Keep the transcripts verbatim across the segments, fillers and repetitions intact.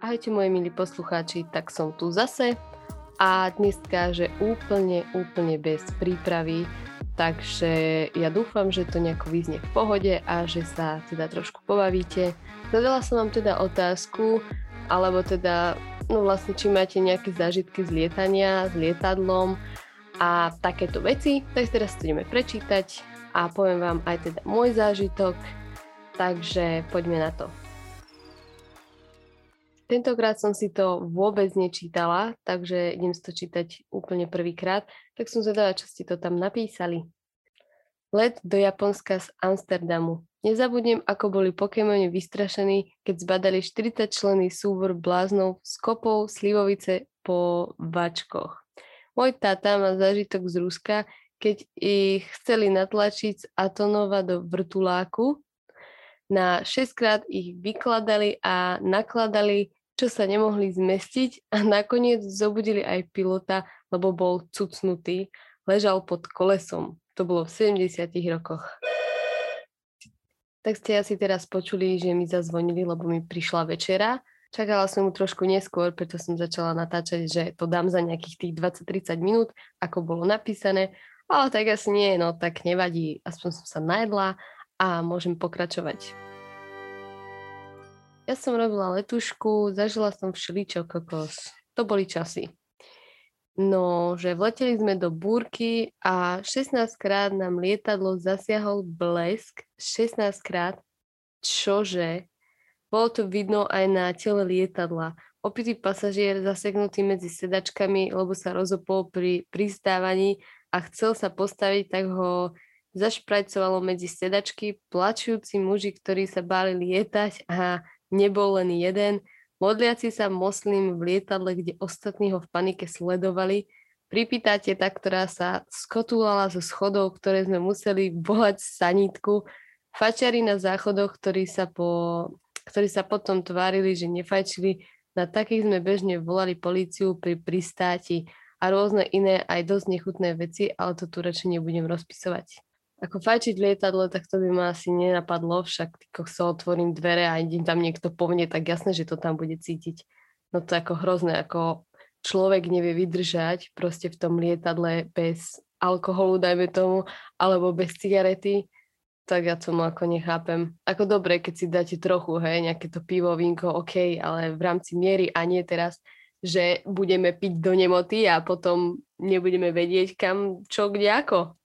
Ahojte moji milí poslucháči, tak som tu zase a dneska, že úplne, úplne bez prípravy, takže ja dúfam, že to nejako vyznie v pohode a že sa teda trošku pobavíte. Zadala som vám teda otázku, alebo teda, no vlastne, či máte nejaké zážitky z lietania, s lietadlom a takéto veci, tak teraz to ideme prečítať a poviem vám aj teda môj zážitok, takže poďme na to. Tentokrát som si to vôbec nečítala, takže idem si to čítať úplne prvýkrát, tak som zvedavá, čo ste to tam napísali. Let do Japonska z Amsterdamu. Nezabudnem, ako boli Pokémoni vystrašení, keď zbadali štyridsaťčlenný súbor bláznov s kopou slivovice po vačkoch. Môj táta má zážitok z Ruska, keď ich chceli natlačiť z Atonova do vrtuláku. Na šesťkrát ich vykladali a nakladali, čo sa nemohli zmestiť a nakoniec zobudili aj pilota, lebo bol cucnutý, ležal pod kolesom. To bolo v sedemdesiatych rokoch. Tak ste asi teraz počuli, že mi zazvonili, lebo mi prišla večera. Čakala som ju trošku neskôr, preto som začala natáčať, že to dám za nejakých tých dvadsať tridsať minút, ako bolo napísané. Ale tak asi nie, no tak nevadí, aspoň som sa najedla a môžem pokračovať. Ja som robila letušku, zažila som všeličo kokos. To boli časy. No, že vleteli sme do búrky a šestnásťkrát nám lietadlo zasiahol blesk. šestnásťkrát? Čože? Bolo to vidno aj na tele lietadla. Opitý pasažier zaseknutý medzi sedačkami, lebo sa rozopol pri pristávaní a chcel sa postaviť, tak ho zašprajcovalo medzi sedačky. Plačujúci muži, ktorí sa báli lietať a nebol len jeden, modliaci sa moslim v lietadle, kde ostatní ho v panike sledovali, pripýtate tá, ktorá sa skotúlala zo schodov, ktoré sme museli volať sanítku, fačari na záchodoch, ktorí sa, po, ktorí sa potom tvárili, že nefajčili, na takých sme bežne volali políciu pri pristáti a rôzne iné aj dosť nechutné veci, ale to tu radšej nebudem rozpisovať. Ako fajčiť lietadlo, tak to by ma asi nenapadlo, však týko sa otvorím dvere a idem tam niekto po mne, tak jasné, že to tam bude cítiť. No to ako hrozné, ako človek nevie vydržať proste v tom lietadle bez alkoholu, dajme tomu, alebo bez cigarety, tak ja tomu ako nechápem. Ako dobre, keď si dáte trochu, hej, nejaké to pivo, vínko, OK, ale v rámci miery a nie teraz, že budeme piť do nemoty a potom nebudeme vedieť kam, čo, kde, ako.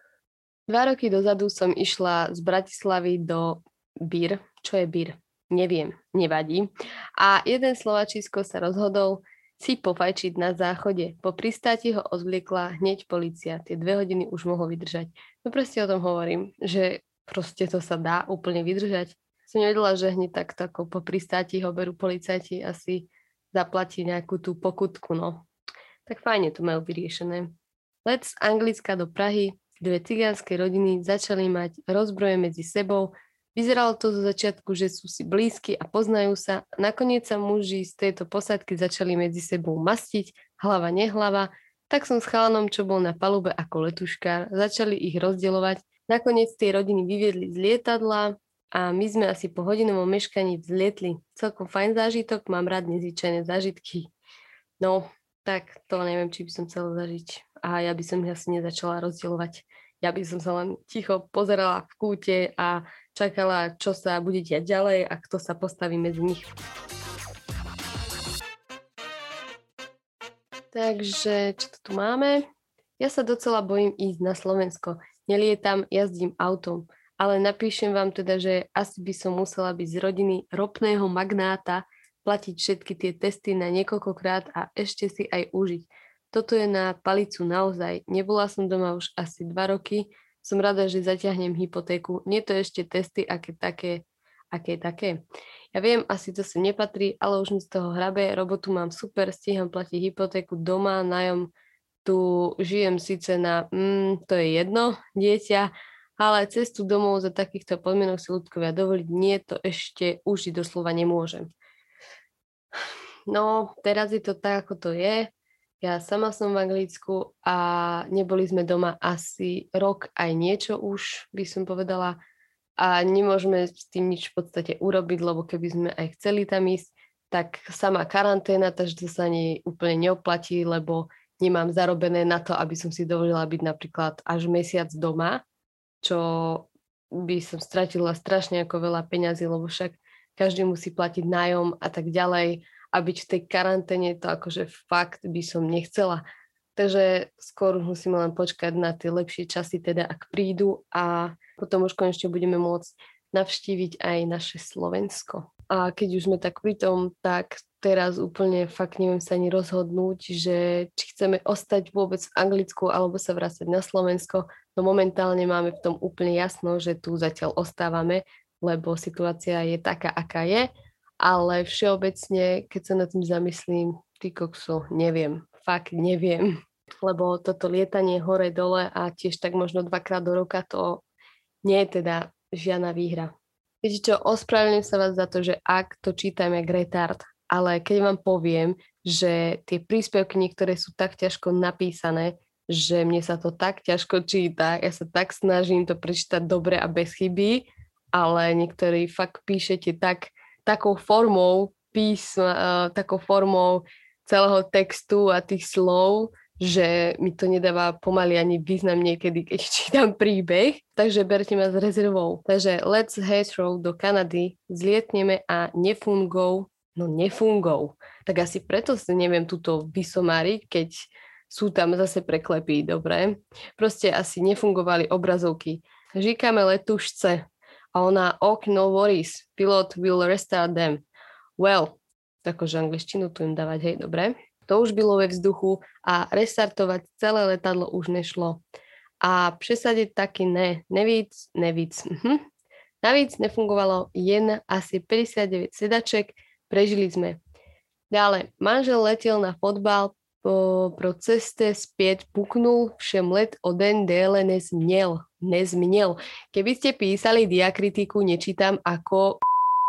Dva roky dozadu som išla z Bratislavy do Bir. Čo je Bir? Neviem, nevadí. A jeden Slováčisko sa rozhodol si pofajčiť na záchode. Po pristáti ho odvliekla hneď polícia. Tie dve hodiny už mohol vydržať. No proste o tom hovorím, že proste to sa dá úplne vydržať. Som nevedela, že hneď takto ako po pristáti ho berú policajti asi zaplatí nejakú tú pokutku, no. Tak fajne to majú vyriešené. Let z Anglicka do Prahy. Dve cigánske rodiny začali mať rozbroje medzi sebou. Vyzeralo to zo začiatku, že sú si blízki a poznajú sa. Nakoniec sa muži z tejto posádky začali medzi sebou mastiť, hlava nehlava. Tak som s chalanom, čo bol na palube ako letuškár, začali ich rozdeľovať. Nakoniec tie rodiny vyviedli z lietadla a my sme asi po hodinovom meškaní vzlietli. Celkom fajn zážitok, mám rád nezvyčajné zážitky. No, tak to neviem, či by som chcela zažiť. A ja by som ich asi nezačala rozdielovať. Ja by som sa len ticho pozerala v kúte a čakala, čo sa bude diať ďalej a kto sa postaví medzi nich. Takže, čo to tu máme? Ja sa docela bojím ísť na Slovensko. Nelietam, jazdím autom. Ale napíšem vám teda, že asi by som musela byť z rodiny ropného magnáta, platiť všetky tie testy na niekoľkokrát a ešte si aj užiť. Toto je na palicu naozaj. Nebola som doma už asi dva roky. Som rada, že zaťahnem hypotéku. Nie to ešte testy, aké také, aké také. Ja viem, asi to sa nepatrí, ale už mi z toho hrabe. Robotu mám super, stíham platiť hypotéku doma, nájom. Tu žijem síce na, mm, to je jedno, dieťa, ale cestu domov za takýchto podmienok si ľudkovia dovoliť. Nie, to ešte už doslova nemôžem. No, teraz je to tak, ako to je. Ja sama som v Anglicku a neboli sme doma asi rok aj niečo už, by som povedala. A nemôžeme s tým nič v podstate urobiť, lebo keby sme aj chceli tam ísť, tak sama karanténa, takže to sa ani úplne neoplatí, lebo nemám zarobené na to, aby som si dovolila byť napríklad až mesiac doma, čo by som stratila strašne ako veľa peňazí, lebo však každý musí platiť nájom a tak ďalej a byť v tej karanténe to akože fakt by som nechcela. Takže skôr musíme len počkať na tie lepšie časy, teda ak prídu a potom už konečne budeme môcť navštíviť aj naše Slovensko. A keď už sme tak pri tom, tak teraz úplne fakt neviem sa ani rozhodnúť, že či chceme ostať vôbec v Anglicku alebo sa vrácať na Slovensko. No momentálne máme v tom úplne jasno, že tu zatiaľ ostávame, lebo situácia je taká, aká je. Ale všeobecne, keď sa nad tým zamyslím, ty kokso, neviem. Fakt neviem. Lebo toto lietanie hore-dole a tiež tak možno dvakrát do roka, to nie je teda žiadna výhra. Viete čo, ospravedlňujem sa vás za to, že ak to čítam jak retard, ale keď vám poviem, že tie príspevky niektoré sú tak ťažko napísané, že mne sa to tak ťažko číta, ja sa tak snažím to prečítať dobre a bez chyby, ale niektorí fakt píšete tak, takou formou písma, uh, takou formou celého textu a tých slov, že mi to nedáva pomaly ani význam niekedy, keď čítam príbeh, takže berte ma s rezervou. Takže let's Heathrow do Kanady, zlietneme a nefungou, no nefungou. Tak asi preto si neviem túto vysomáriť, keď sú tam zase preklepy, dobre? Proste asi nefungovali obrazovky. Říkame letušce a ona, ok, no worries, pilot will restart them. Well, takože angličtinu tu im dávať, hej, dobre? To už bylo ve vzduchu a restartovať celé letadlo už nešlo. A přesadiť taky ne, nevíc, nevíc. Mhm. Navíc nefungovalo jen asi päťdesiatdeväť sedaček, prežili sme. Dále, manžel letěl na fotbal, po, pro ceste zpět puknul, všem let o den déle nezměl. Nezměl. Keby ste písali diakritiku, nečítam ako...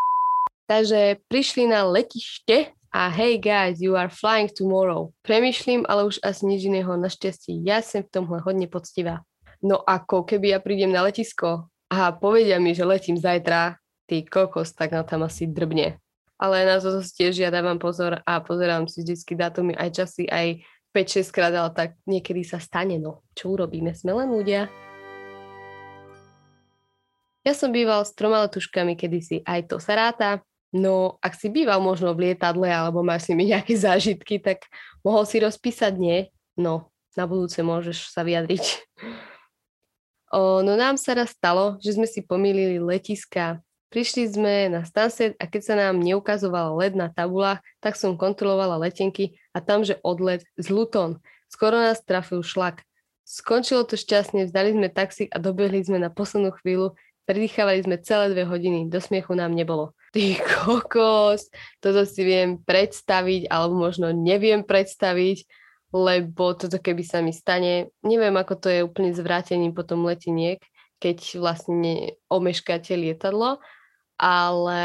Takže prišli na letište a hey guys, you are flying tomorrow. Premýšľam, ale už asi nič iného. Našťastie, ja som v tomhle hodne poctivá. No ako, keby ja prídem na letisko a povedia mi, že letím zajtra, ty kokos, tak na tam asi drbne. Ale na to tiež ja dávam pozor a pozerám si vždycky dátumy aj časy, aj päť šesť krát, ale tak niekedy sa stane, no. Čo urobíme? Sme len ľudia. Ja som býval s troma letuškami kedysi, aj to sa ráta. No, ak si býval možno v lietadle alebo máš s nimi nejaké zážitky, tak mohol si rozpísať, nie? No, na budúce môžeš sa vyjadriť. O, no nám sa raz stalo, že sme si pomýlili letiska. Prišli sme na Stansted a keď sa nám neukazoval el é dé na tabulách, tak som kontrolovala letenky a tam, že odlet z Luton. Skoro nás trafil šlak. Skončilo to šťastne, vzdali sme taxík a dobehli sme na poslednú chvíľu. Predýchávali sme celé dve hodiny, do smiechu nám nebolo. Ty kokos, toto si viem predstaviť, alebo možno neviem predstaviť, lebo toto keby sa mi stane, neviem ako to je úplne zvrátením potom leteniek, keď vlastne omeškáte lietadlo, ale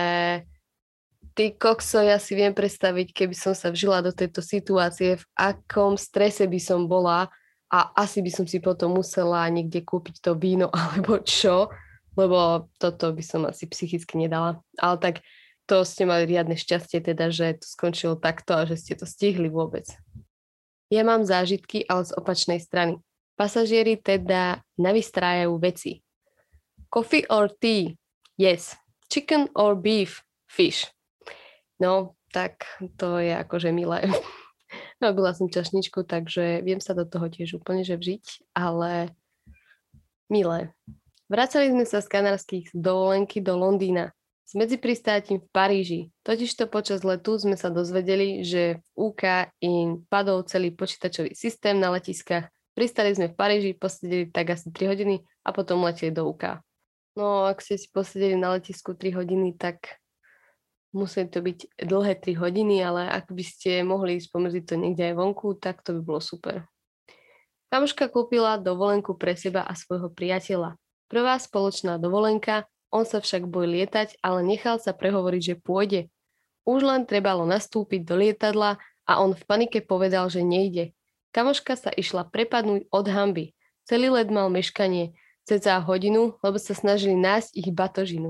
ty kokso, ja si viem predstaviť, keby som sa vžila do tejto situácie, v akom strese by som bola a asi by som si potom musela niekde kúpiť to víno alebo čo, lebo toto by som asi psychicky nedala. Ale tak to ste mali riadne šťastie, teda, že to skončilo takto a že ste to stihli vôbec. Ja mám zážitky, ale z opačnej strany. Pasažieri teda navystrájajú veci. Coffee or tea? Yes. Chicken or beef? Fish. No, tak to je akože milé. Robila som čašničku, takže viem sa do toho tiež úplne že vžiť, ale milé. Vracali sme sa z kanárskych dovolenky do Londýna s medzipristátim v Paríži. Totižto počas letu sme sa dozvedeli, že v ú ká im padol celý počítačový systém na letiskách. Pristali sme v Paríži, posedeli tak asi tri hodiny a potom leteli do ú ká. No, ak ste si posedeli na letisku tri hodiny, tak museli to byť dlhé tri hodiny, ale ak by ste mohli ísť pomedzi to niekde aj vonku, tak to by bolo super. Kamoška kúpila dovolenku pre seba a svojho priateľa. Prvá spoločná dovolenka, on sa však bojí lietať, ale nechal sa prehovoriť, že pôjde. Už len trebalo nastúpiť do lietadla a on v panike povedal, že nejde. Kamoška sa išla prepadnúť od hanby. Celý let mal meškanie, cca hodinu, lebo sa snažili nájsť ich batožinu.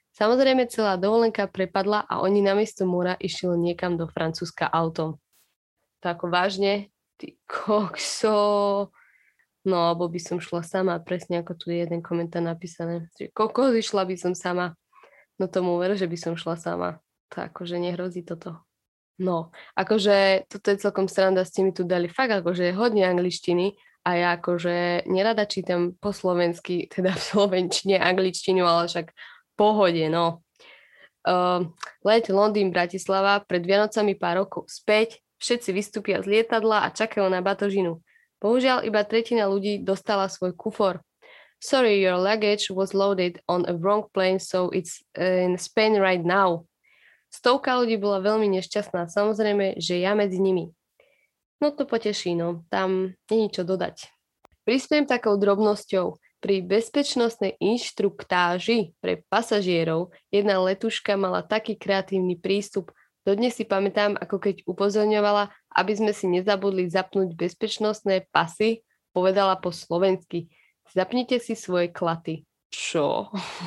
Samozrejme celá dovolenka prepadla a oni namiesto mora išli niekam do Francúzska autom. To ako vážne? Ty kokso. No, alebo by som šla sama, presne ako tu je jeden komentár napísané. Že kokos, išla by som sama. No tomu ver, že by som šla sama. To akože nehrozí toto. No, akože toto je celkom sranda, ste mi tu dali fakt akože hodne angličtiny a ja akože nerada čítam po slovensky, teda v slovenčine angličtinu, ale však pohode, no. Uh, let Londýn, Bratislava, pred Vianocami pár rokov späť, všetci vystúpia z lietadla a čakajú na batožinu. Bohužiaľ, iba tretina ľudí dostala svoj kufor. Sorry, your luggage was loaded on a wrong plane, so it's in Spain right now. Stovka ľudí bola veľmi nešťastná, samozrejme, že ja medzi nimi. No to poteší, no, tam není čo dodať. Prispiem takou drobnosťou. Pri bezpečnostnej inštruktáži pre pasažierov jedna letuška mala taký kreatívny prístup. Dodnes si pamätám, ako keď upozorňovala, aby sme si nezabudli zapnúť bezpečnostné pasy, povedala po slovensky. Zapnite si svoje klaty. Čo?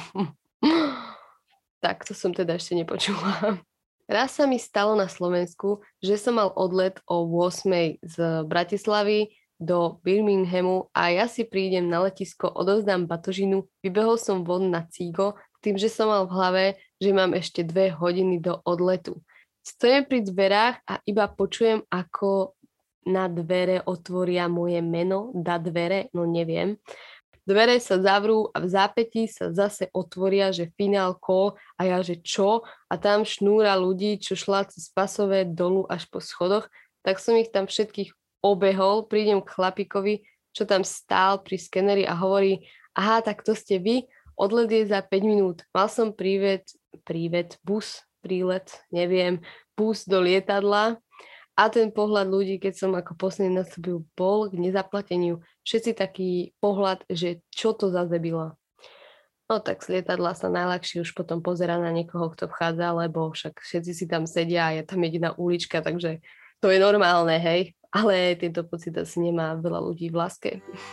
Tak, to som teda ešte nepočula. Raz sa mi stalo na Slovensku, že som mal odlet o ôsmej z Bratislavy do Birminghamu a ja si prídem na letisko, odovzdám batožinu, vybehol som von na cígo, tým, že som mal v hlave, že mám ešte dve hodiny do odletu. Stojím pri dverách a iba počujem, ako na dvere otvoria moje meno, da dvere, no neviem. Dvere sa zavrú a v zápätí sa zase otvoria, že finál call a ja, že čo? A tam šnúra ľudí, čo šla cez pasové dolu až po schodoch, tak som ich tam všetkých obehol, prídem k chlapíkovi, čo tam stál pri skeneri a hovorí, aha, tak to ste vy, odlet je za päť minút. Mal som prívet, prívet, bus, prílet, neviem, bus do lietadla a ten pohľad ľudí, keď som ako posledný nastúpil, bol k nezaplateniu. Všetci taký pohľad, že čo to za debila. No tak z lietadla sa najľahšie už potom pozerá na niekoho, kto vchádza, lebo však všetci si tam sedia a je tam jediná ulička, takže to je normálne, hej. Ale tieto pocity asi nemá veľa ľudí v láske.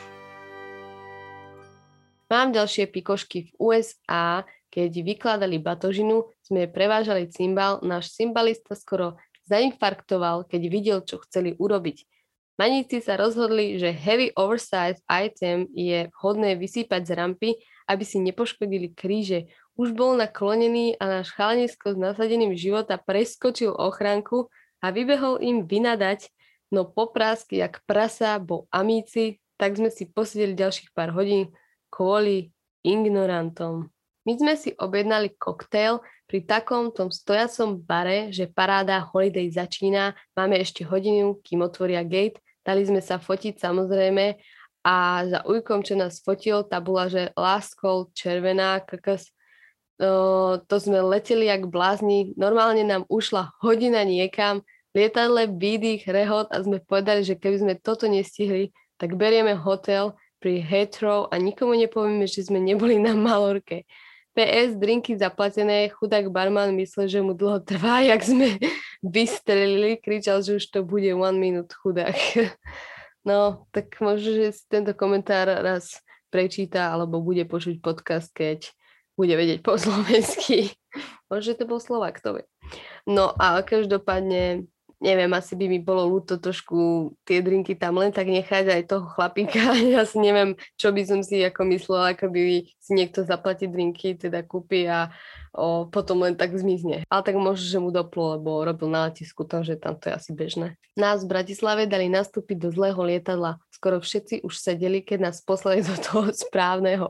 Mám ďalšie pikošky v ú es á, keď vykladali batožinu, sme prevážali cymbal, náš cymbalista skoro zainfarktoval, keď videl, čo chceli urobiť. Maníci sa rozhodli, že heavy oversized item je vhodné vysýpať z rampy, aby si nepoškodili kríže. Už bol naklonený a náš chalanisko s nasadeným života preskočil ochránku a vybehol im vynadať, no poprásky jak prasa, bo amíci, tak sme si posedeli ďalších pár hodín kvôli ignorantom. My sme si objednali koktail pri takom tom stojacom bare, že paráda holiday začína, máme ešte hodinu, kým otvoria gate, dali sme sa fotiť samozrejme a za ujkom, čo nás fotil, tá bola, že last call červená, kakos, no, to sme leteli jak blázni, normálne nám ušla hodina niekam, lietadle, výdych, rehot a sme povedali, že keby sme toto nestihli, tak berieme hotel pri Heathrow a nikomu nepovieme, že sme neboli na Malorke. pé es, drinky zaplatené, chudák barman myslel, že mu dlho trvá, jak sme vystrelili, kričal, že už to bude one minute chudák. No, tak možno, že si tento komentár raz prečíta, alebo bude počuť podcast, keď bude vedieť po slovensky. Možno, že to bol Slovák, kto vie. No a každopádne, neviem, asi by mi bolo ľúto trošku tie drinky tam len tak nechať aj toho chlapíka. Ja si neviem, čo by som si ako myslela, ako by si niekto zaplatí drinky, teda kúpi a o, potom len tak zmizne. Ale tak možno, že mu doplo, lebo robil na letisku, takže tam to je asi bežné. Nás v Bratislave dali nastúpiť do zlého lietadla. Skoro všetci už sedeli, keď nás poslali do toho správneho.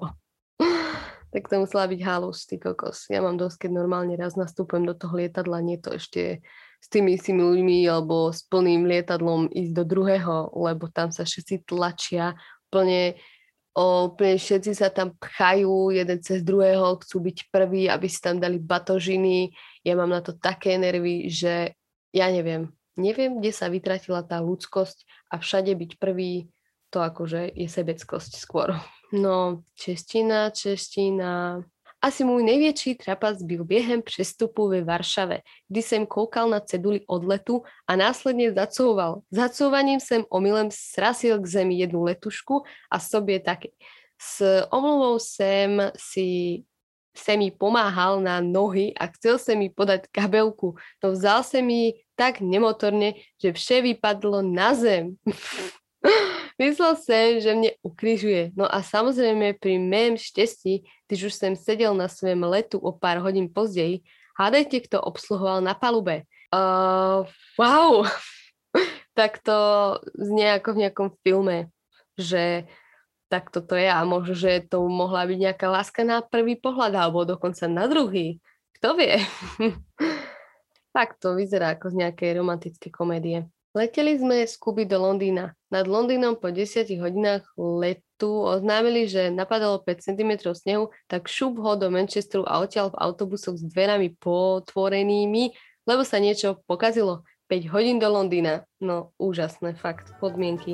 Tak to musela byť halus, ty kokos. Ja mám dosť, keď normálne raz nastúpim do toho lietadla, nie to ešte s tými istými ľuďmi alebo s plným lietadlom ísť do druhého, lebo tam sa všetci tlačia, plne, o, plne všetci sa tam pchajú jeden cez druhého, chcú byť prví, aby si tam dali batožiny. Ja mám na to také nervy, že ja neviem, neviem, kde sa vytratila tá ľudskosť a všade byť prvý, to akože je sebeckosť skôr. No, čeština, čeština. Asi môj najväčší trapas byl během přestupu ve Varšave, kdy jsem koukal na ceduli odletu a následně zacouval. Zacouvaním jsem omylem srasil k zemi jednu letušku a sobě taky. S omluvou jsem si sa mi pomáhal na nohy a chcel sa mi podať kabelku. No vzal sa mi tak nemotorne, že vše vypadlo na zem. Myslel som, že mne ukrižuje. No a samozrejme pri mém štestí, když už som sedel na svojom letu o pár hodín později, hádajte, kto obsluhoval na palube. Uh, wow! Tak to znie ako v nejakom filme, že tak toto je a možno, že to mohla byť nejaká láska na prvý pohľad alebo dokonca na druhý. Kto vie? Tak to vyzerá ako z nejakej romantickej komédie. Leteli sme z Kuby do Londýna. Nad Londýnom po desiatich hodinách letu oznámili, že napadalo päť centimetrov snehu, tak šup ho do Manchesteru a odtiaľ v autobusoch s dverami potvorenými, lebo sa niečo pokazilo. päť hodín do Londýna. No, úžasné, fakt, podmienky.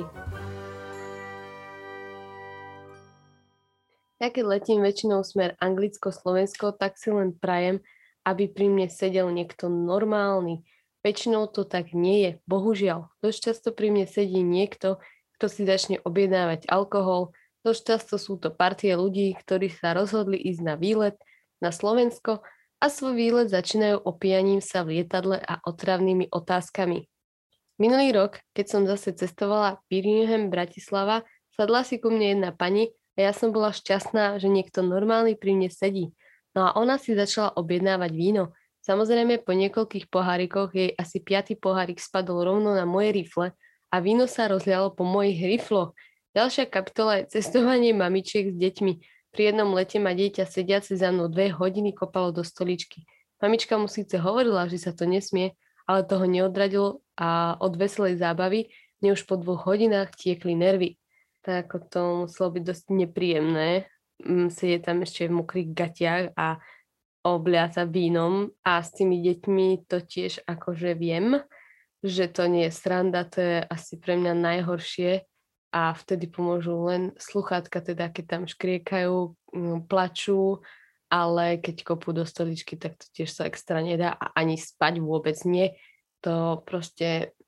Ja keď letím väčšinou smer Anglicko-Slovensko, tak si len prajem, aby pri mne sedel niekto normálny. Väčšinou to tak nie je, bohužiaľ. Dosť často pri mne sedí niekto, kto si začne objednávať alkohol. Dosť často sú to partie ľudí, ktorí sa rozhodli ísť na výlet na Slovensko a svoj výlet začínajú opíjaním sa v lietadle a otravnými otázkami. Minulý rok, keď som zase cestovala Birmingham, Bratislava, sadla si ku mne jedna pani a ja som bola šťastná, že niekto normálny pri mne sedí. No a ona si začala objednávať víno. Samozrejme, po niekoľkých pohárikoch jej asi piaty pohárik spadol rovno na moje rifle a víno sa rozlialo po mojich rifloch. Ďalšia kapitola je cestovanie mamičiek s deťmi. Pri jednom lete ma dieťa sediace za mnou dve hodiny kopalo do stoličky. Mamička mu síce hovorila, že sa to nesmie, ale toho neodradilo a od veselej zábavy mne už po dvoch hodinách tiekli nervy. Tak ako to muselo byť dosť nepríjemné. Sedieť tam ešte v mokrých gatiach a obliať sa vínom a s tými deťmi to tiež akože viem, že to nie je sranda, to je asi pre mňa najhoršie a vtedy pomôžu len sluchátka, teda keď tam škriekajú, plačú, ale keď kopú do stoličky, tak to tiež sa extra nedá a ani spať vôbec nie. To proste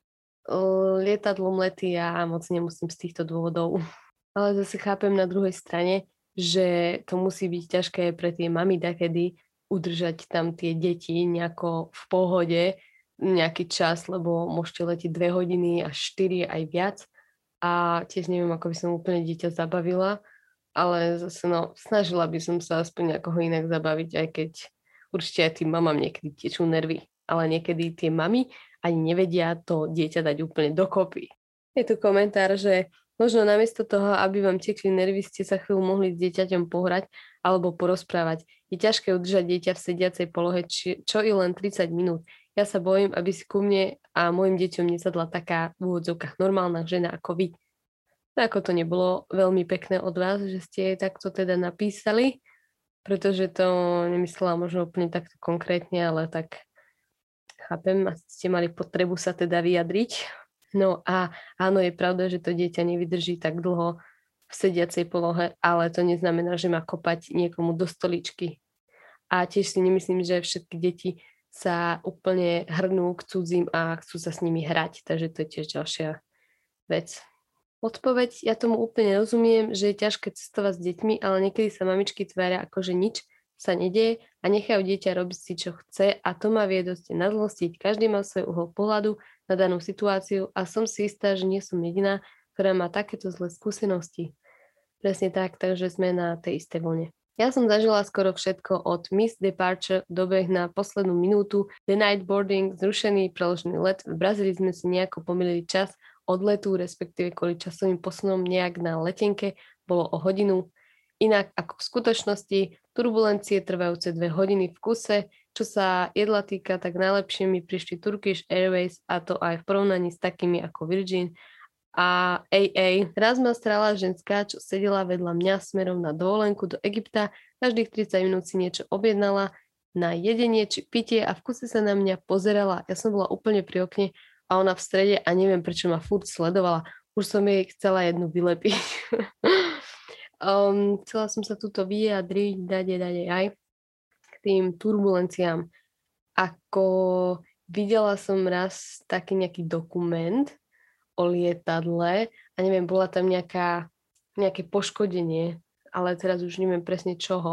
lietadlom letí a moc nemusím z týchto dôvodov. Ale zase chápem na druhej strane, že to musí byť ťažké pre tie mamy dakedy udržať tam tie deti nejako v pohode nejaký čas, lebo môžete letieť dve hodiny až štyri aj viac a tiež neviem, ako by som úplne dieťa zabavila, ale zase no, snažila by som sa aspoň nejakoho inak zabaviť, aj keď určite aj tým mamám niekedy tečú nervy, ale niekedy tie mamy ani nevedia to dieťa dať úplne dokopy. Je tu komentár, že možno namiesto toho, aby vám tekli nervy, ste sa chvíľu mohli s dieťaťom pohrať alebo porozprávať. Je ťažké udržať dieťa v sediacej polohe, či, čo i len tridsať minút. Ja sa bojím, aby si ku mne a mojim deťom nesadla taká v úvodzovkách normálna žena ako vy. Tak ako to nebolo veľmi pekné od vás, že ste takto teda napísali, pretože to nemyslela možno úplne takto konkrétne, ale tak chápem, asi ste mali potrebu sa teda vyjadriť. No a áno, je pravda, že to dieťa nevydrží tak dlho v sediacej polohe, ale to neznamená, že má kopať niekomu do stoličky. A tiež si nemyslím, že všetky deti sa úplne hrnú k cudzím a chcú sa s nimi hrať, takže to je tiež ďalšia vec. Odpoveď, ja tomu úplne rozumiem, že je ťažké cestovať s deťmi, ale niekedy sa mamičky tvária ako, že nič sa nedieje a nechajú dieťa robiť si, čo chce a to ma vie dosť nazlostiť. Každý má svoj uhol pohľadu na danú situáciu a som si istá, že nie som jediná, ktorá má takéto zlé skúsenosti. Presne tak, takže sme na tej istej vlne. Ja som zažila skoro všetko od Miss Departure, dobeh na poslednú minútu, The Night Boarding, zrušený preložený let. V Brazílii sme si nejako pomýlili čas od letu, respektíve kvôli časovým posunom nejak na letenke bolo o hodinu. Inak ako v skutočnosti, turbulencie trvajúce dve hodiny v kuse, čo sa jedla týka, tak najlepšie mi prišli Turkish Airways a to aj v porovnaní s takými ako Virgin a á á. Raz ma strala ženská, čo sedela vedľa mňa smerom na dovolenku do Egypta, každých tridsať minút si niečo objednala na jedenie či pitie a v kuse sa na mňa pozerala. Ja som bola úplne pri okne a ona v strede a neviem, prečo ma furt sledovala. Už som jej chcela jednu vylepiť. Um, chcela som sa tuto vyjadriť, dade, dade aj k tým turbulenciám. Ako videla som raz taký nejaký dokument o lietadle a neviem, bola tam nejaká, nejaké poškodenie, ale teraz už neviem presne čoho,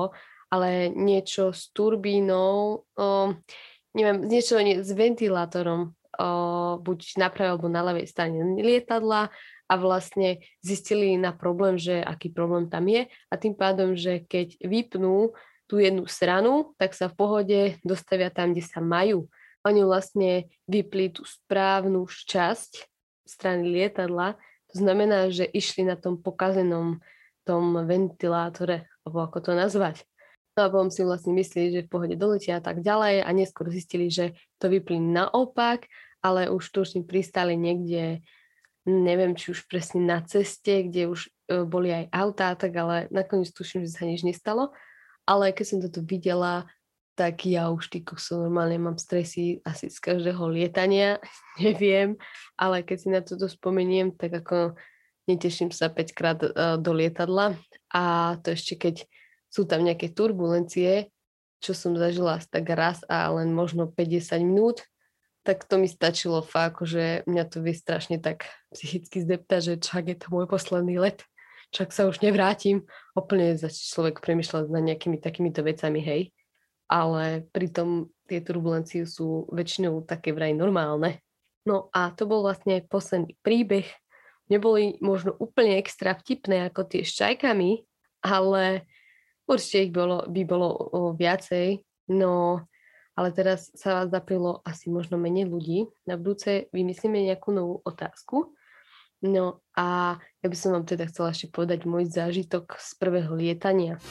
ale niečo s turbínou, o, neviem, niečo nie, s ventilátorom, o, buď na pravej alebo na ľavej strane lietadla a vlastne zistili na problém, že aký problém tam je a tým pádom, že keď vypnú tú jednu stranu, tak sa v pohode dostavia tam, kde sa majú. Oni vlastne vypli tú správnu časť strany lietadla, to znamená, že išli na tom pokazenom tom ventilátore, alebo ako to nazvať. No a potom si vlastne mysleli, že v pohode doletia a tak ďalej a neskôr zistili, že to vypli naopak, ale už tuším pristali niekde, neviem, či už presne na ceste, kde už e, boli aj autá, tak ale nakoniec tuším, že sa nič nestalo. Ale keď som toto videla, tak ja už ty kusol, normálne mám stresy asi z každého lietania, neviem, ale keď si na toto spomeniem, tak ako neteším sa päťkrát uh, do lietadla a to ešte keď sú tam nejaké turbulencie, čo som zažila tak raz a len možno päťdesiat minút, tak to mi stačilo fakt, že mňa to vie strašne tak psychicky zdeptať, že čak je to môj posledný let, čak sa už nevrátim. Úplne začne človek premýšľať nad nejakými takýmito vecami, hej. Ale pritom tie turbulencie sú väčšinou také vraj normálne. No a to bol vlastne posledný príbeh. Neboli možno úplne extra vtipné ako tie s čajkami, ale určite ich bolo, by bolo o, viacej. No, ale teraz sa vás zapilo asi možno menej ľudí. Na budúce vymyslíme nejakú novú otázku. No a ja by som vám teda chcela ešte povedať môj zážitok z prvého lietania.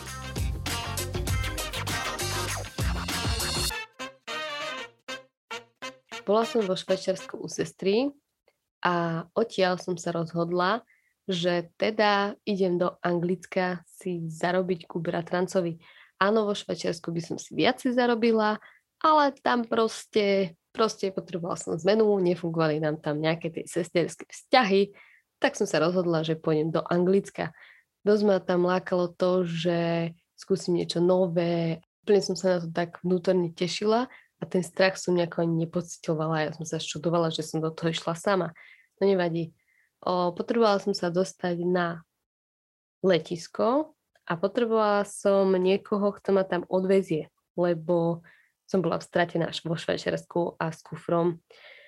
Bola som vo Švajčiarsku u sestry a odtiaľ som sa rozhodla, že teda idem do Anglicka si zarobiť ku bratrancovi. Áno, vo Švajčiarsku by som si viacej zarobila, ale tam proste, proste potrebovala som zmenu, nefungovali nám tam nejaké tie sesterské vzťahy, tak som sa rozhodla, že pôjdem do Anglicka. Dosť ma tam lákalo to, že skúsim niečo nové, úplne som sa na to tak vnútorne tešila, a ten strach som nejako ani nepocitovala. Ja som sa študovala, že som do toho išla sama. To nevadí. O, potrebovala som sa dostať na letisko a potrebovala som niekoho, kto ma tam odvezie, lebo som bola stratená vo Švajčiarsku a s kufrom.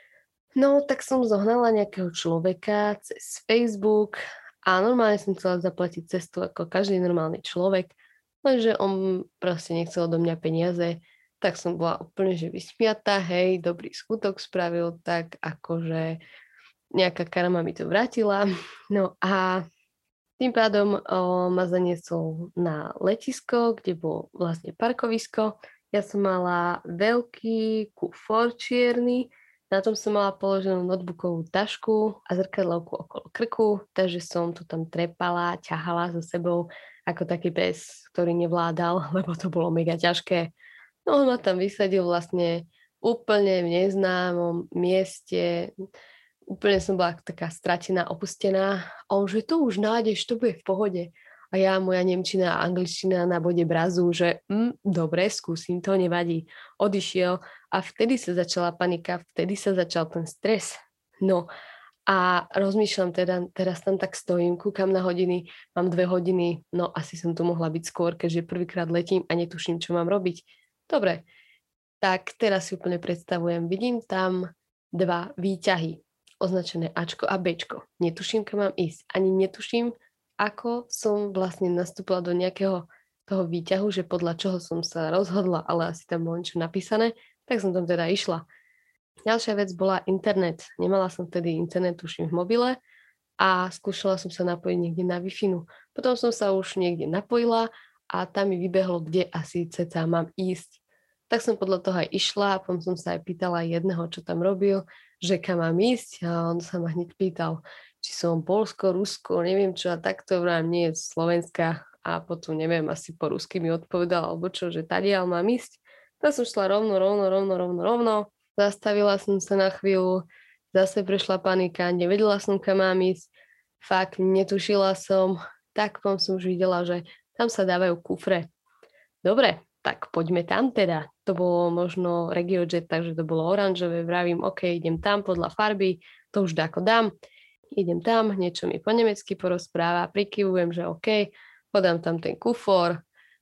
No, tak som zohnala nejakého človeka cez Facebook a normálne som chcela zaplatiť cestu ako každý normálny človek, lenže on proste nechcel do mňa peniaze. Tak som bola úplne že vysmiatá, hej, dobrý skutok spravil, tak akože nejaká karma mi to vrátila. No a tým pádom o, ma zaniesol na letisko, kde bol vlastne parkovisko. Ja som mala veľký kufor čierny, na tom som mala položenú notebookovú tašku a zrkadlovku okolo krku, takže som to tam trepala, ťahala so sebou ako taký pes, ktorý nevládal, lebo to bolo mega ťažké. No on ma tam vysadil vlastne úplne v neznámom mieste. Úplne som bola taká stratená, opustená. A on, že to už nájdeš, to bude v pohode. A ja, moja nemčina a angličtina na bode brazu, že mm, dobre, skúsim, to nevadí. Odišiel a vtedy sa začala panika, vtedy sa začal ten stres. No a rozmýšľam teda, teraz tam tak stojím, kúkam na hodiny, mám dve hodiny, no asi som tu mohla byť skôr, keďže prvýkrát letím a netuším, čo mám robiť. Dobre, tak teraz si úplne predstavujem, vidím tam dva výťahy, označené Ačko a Bčko. Netuším, kam mám ísť. Ani netuším, ako som vlastne nastúpila do nejakého toho výťahu, že podľa čoho som sa rozhodla, ale asi tam bolo niečo napísané, tak som tam teda išla. Ďalšia vec bola internet. Nemala som vtedy internet, tuším, v mobile a skúšala som sa napojiť niekde na Wi-Fi. Potom som sa už niekde napojila a tam mi vybehlo, kde asi ceca mám ísť. Tak som podľa toho aj išla a potom som sa aj pýtala jedného, čo tam robil, že kam mám ísť a on sa ma hneď pýtal, či som Poľsko, Rusko, neviem čo a takto vrám, nie je Slovenska a potom neviem, asi po rusky mi odpovedal alebo čo, že tadiaľ mám ísť. Tak som šla rovno, rovno, rovno, rovno, rovno, zastavila som sa na chvíľu, zase prešla panika, nevedela som, kam mám ísť, fakt netušila som, tak potom som už videla, že tam sa dávajú kufre. Dobre, tak poďme tam teda. To bolo možno RegioJet, takže to bolo oranžové. Vravím, OK, idem tam podľa farby, to už dáko dám. Idem tam, niečo mi po nemecky porozpráva, prikyvujem, že OK, podám tam ten kufor.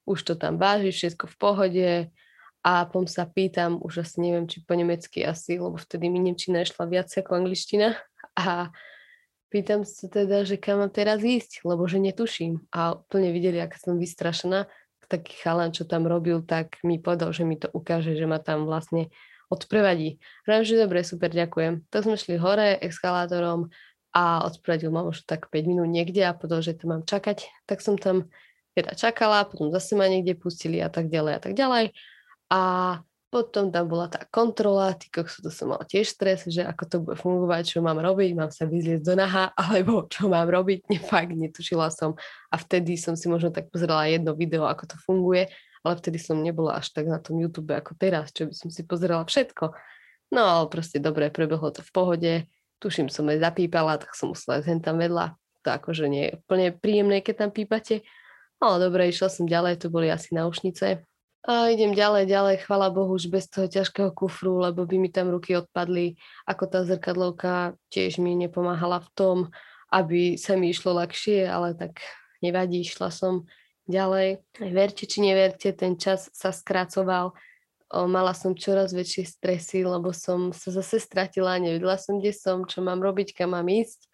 už to tam váži, všetko v pohode a potom sa pýtam, už asi neviem, či po nemecky asi, lebo vtedy mi nemčina išla viac ako angličtina a pýtam sa teda, že kam mám teraz ísť, lebo že netuším a úplne videli, aká som vystrašená. Taký chalan, čo tam robil, tak mi povedal, že mi to ukáže, že ma tam vlastne odprevadí. Vravím, že dobre, super, ďakujem. Tak sme šli hore eskalátorom a odprevadil ma možno tak päť minút niekde a povedal, že tam mám čakať. Tak som tam teda čakala, potom zase ma niekde pustili a tak ďalej a tak ďalej. A potom tam bola tá kontrola, ty kokso, to som mala tiež stres, že ako to bude fungovať, čo mám robiť, mám sa vyzliecť do naha, alebo čo mám robiť, ne, fakt, netušila som. A vtedy som si možno tak pozerala jedno video, ako to funguje, ale vtedy som nebola až tak na tom YouTube ako teraz, čo by som si pozerala všetko. No ale proste dobre, prebehlo to v pohode, tuším, som aj zapípala, tak som musela ísť tam vedľa. To akože nie je úplne príjemné, keď tam pípate. Ale dobre, išla som ďalej, to boli asi náušnice. A idem ďalej, ďalej, chvala Bohu, už bez toho ťažkého kufru, lebo by mi tam ruky odpadli, ako tá zrkadlovka tiež mi nepomáhala v tom, aby sa mi išlo ľahšie, ale tak nevadí, išla som ďalej. Verte či neverte, ten čas sa skracoval, o, mala som čoraz väčšie stresy, lebo som sa zase stratila, nevedela som, kde som, čo mám robiť, kam mám ísť.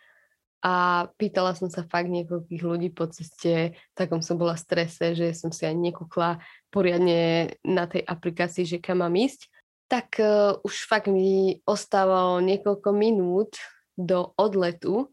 A pýtala som sa fakt niekoľkých ľudí po ceste, takom som bola v strese, že som si ani nekúkla poriadne na tej aplikácii, že kam mám ísť. Tak uh, už fakt mi ostávalo niekoľko minút do odletu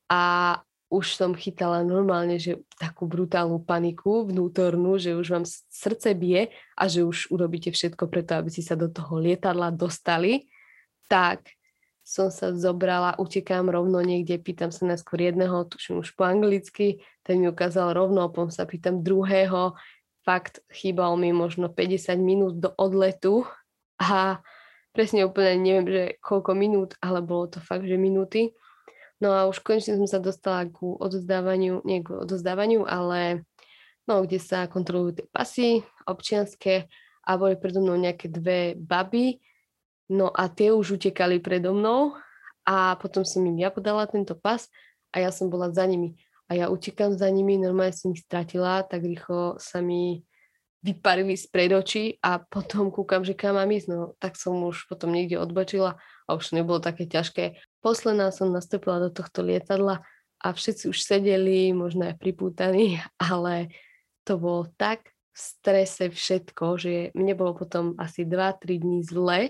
a už som chytala normálne, že takú brutálnu paniku vnútornú, že už vám srdce bije a že už urobíte všetko preto, aby si sa do toho lietadla dostali. Tak som sa zobrala, utekám rovno niekde, pýtam sa najskôr jedného, tuším už po anglicky, ten mi ukázal rovno, potom sa pýtam druhého, fakt chýbal mi možno päťdesiat minút do odletu a presne úplne neviem, že koľko minút, ale bolo to fakt, že minúty. No a už konečne som sa dostala ku odozdávaniu, nie ku odozdávaniu, ale no, kde sa kontrolujú tie pasy občianske a boli predo mnou nejaké dve baby. No a tie už utekali predo mnou a potom som im ja podala tento pas a ja som bola za nimi. A ja utekám za nimi, normálne som ich stratila, tak rýchlo sa mi vyparili spred očí a potom kúkam, že kam mám ísť. No tak som už potom niekde odbočila a už nebolo také ťažké. Posledná som nastúpila do tohto lietadla a všetci už sedeli, možno aj pripútaní, ale to bolo tak v strese všetko, že mne bolo potom asi dva tri dní zle.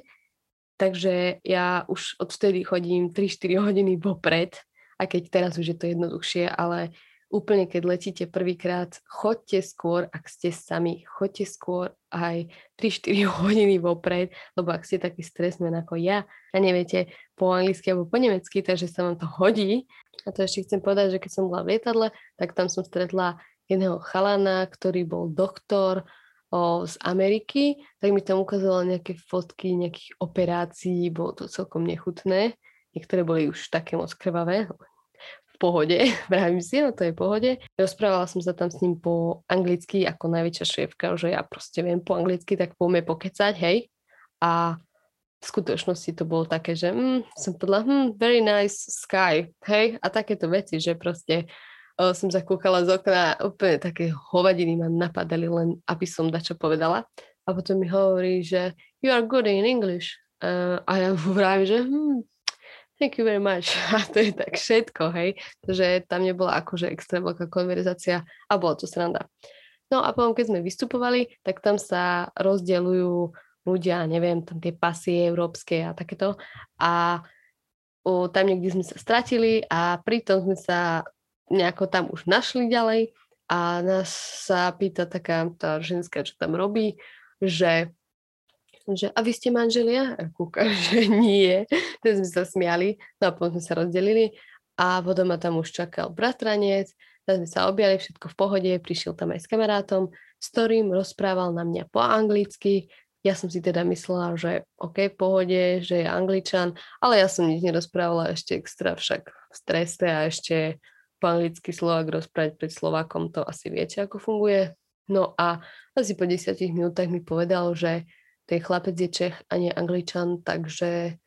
Takže ja už odvtedy chodím tri štyri hodiny vopred, aj keď teraz už je to jednoduchšie, ale úplne keď letíte prvýkrát, choďte skôr, ak ste sami, choďte skôr aj tri štyri hodiny vopred, lebo ak ste taký stresmen ako ja a neviete po anglicky alebo po nemecky, takže sa vám to hodí. A to ešte chcem povedať, že keď som bola v lietadle, tak tam som stretla jedného chalana, ktorý bol doktor, O, z Ameriky, tak mi tam ukazovala nejaké fotky nejakých operácií, bolo to celkom nechutné. Niektoré boli už také moc krvavé. V pohode, vravím si, no to je v pohode. Rozprávala som sa tam s ním po anglicky ako najväčšia šéfka, že ja proste viem po anglicky, tak poďme pokecať, hej. A v skutočnosti to bolo také, že mm, som podľa, hm, very nice sky, hej. A takéto veci, že proste O, som sa kúkala z okna, úplne také hovadiny ma napadali, len aby som dačo povedala. A potom mi hovorí, že you are good in English. Uh, a ja mu vravím, že hmm, thank you very much. A to je tak všetko, hej. Takže tam nebola akože extra veľká konverzácia a bolo to sranda. No a potom, keď sme vystupovali, tak tam sa rozdeľujú ľudia, neviem, tam tie pasy európske a takéto. A o, tam niekde sme sa stratili a pritom sme sa nejako tam už našli ďalej a nás sa pýta taká tá ženská, čo tam robí, že, že a vy ste manželia? A kúka, že nie. Tak sme sa smiali, no a potom sme sa rozdelili a potom ma tam už čakal bratranec, tak sme sa objali, všetko v pohode, prišiel tam aj s kamarátom, s ktorým rozprával na mňa po anglicky. Ja som si teda myslela, že OK, v pohode, že je Angličan, ale ja som nič nerozprávala ešte extra však v strese a ešte po anglicky Slovák rozprávať pred Slovákom, to asi viete, ako funguje. No a asi po desiatich minútach mi povedal, že ten chlapec je Čech a nie Angličan, takže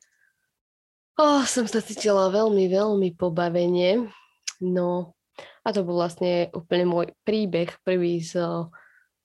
oh, som sa cítila veľmi, veľmi pobavene. No a to bol vlastne úplne môj príbeh prvý z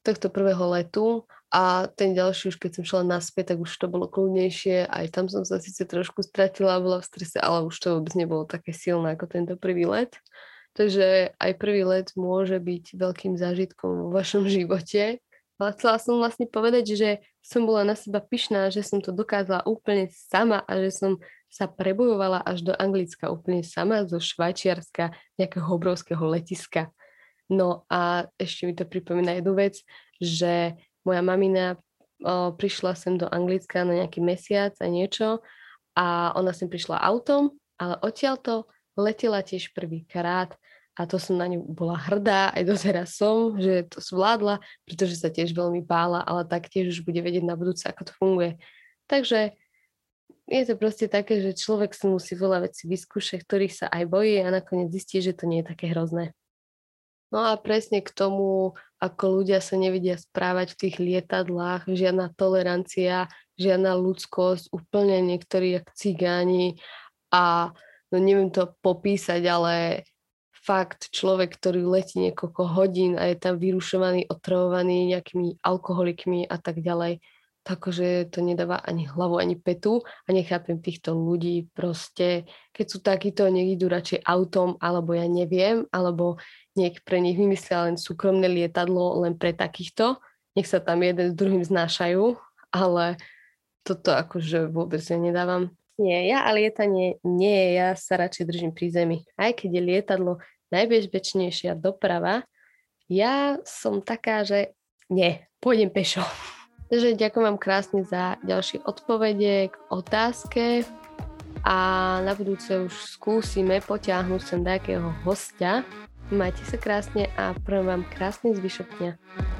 tohto prvého letu a ten ďalší už keď som šla naspäť, tak už to bolo kľudnejšie. Aj tam som sa síce trošku stratila, bola v strese, ale už to vôbec nebolo také silné ako tento prvý let. Takže aj prvý let môže byť veľkým zážitkom vo vašom živote. Ale chcela som vlastne povedať, že som bola na seba pyšná, že som to dokázala úplne sama a že som sa prebojovala až do Anglicka úplne sama, zo Švajčiarska, nejakého obrovského letiska. No a ešte mi to pripomína jednu vec, že moja mamina o, prišla sem do Anglicka na nejaký mesiac a niečo a ona sem prišla autom, ale odtiaľto letela tiež prvýkrát a to som na ňu bola hrdá, aj doteraz som, že to zvládla, pretože sa tiež veľmi bála, ale tak tiež už bude vedieť na budúce, ako to funguje. Takže je to proste také, že človek si musí veľa vecí vyskúšať, ktorých sa aj bojí a nakoniec zistí, že to nie je také hrozné. No a presne k tomu, ako ľudia sa nevedia správať v tých lietadlách, žiadna tolerancia, žiadna ľudskosť, úplne niektorí jak cigáni a no neviem to popísať, ale fakt človek, ktorý letí niekoľko hodín a je tam vyrušovaný, otravovaný nejakými alkoholikmi a tak ďalej, takže to nedáva ani hlavu, ani petu a nechápem týchto ľudí proste, keď sú takíto, nech idú radšej autom, alebo ja neviem, alebo nech pre nich vymyslia len súkromné lietadlo len pre takýchto, nech sa tam jeden s druhým znášajú, ale toto akože vôbec ja nedávam. Nie, ja a lietanie nie, ja sa radšej držím pri zemi. Aj keď je lietadlo najbezpečnejšia doprava, ja som taká, že nie, pôjdem pešo. Takže ďakujem vám krásne za ďalšie odpovede k otázke a na budúce už skúsime potiahnuť sem nejakého hostia. Majte sa krásne a prajem vám krásny zvyšok dňa.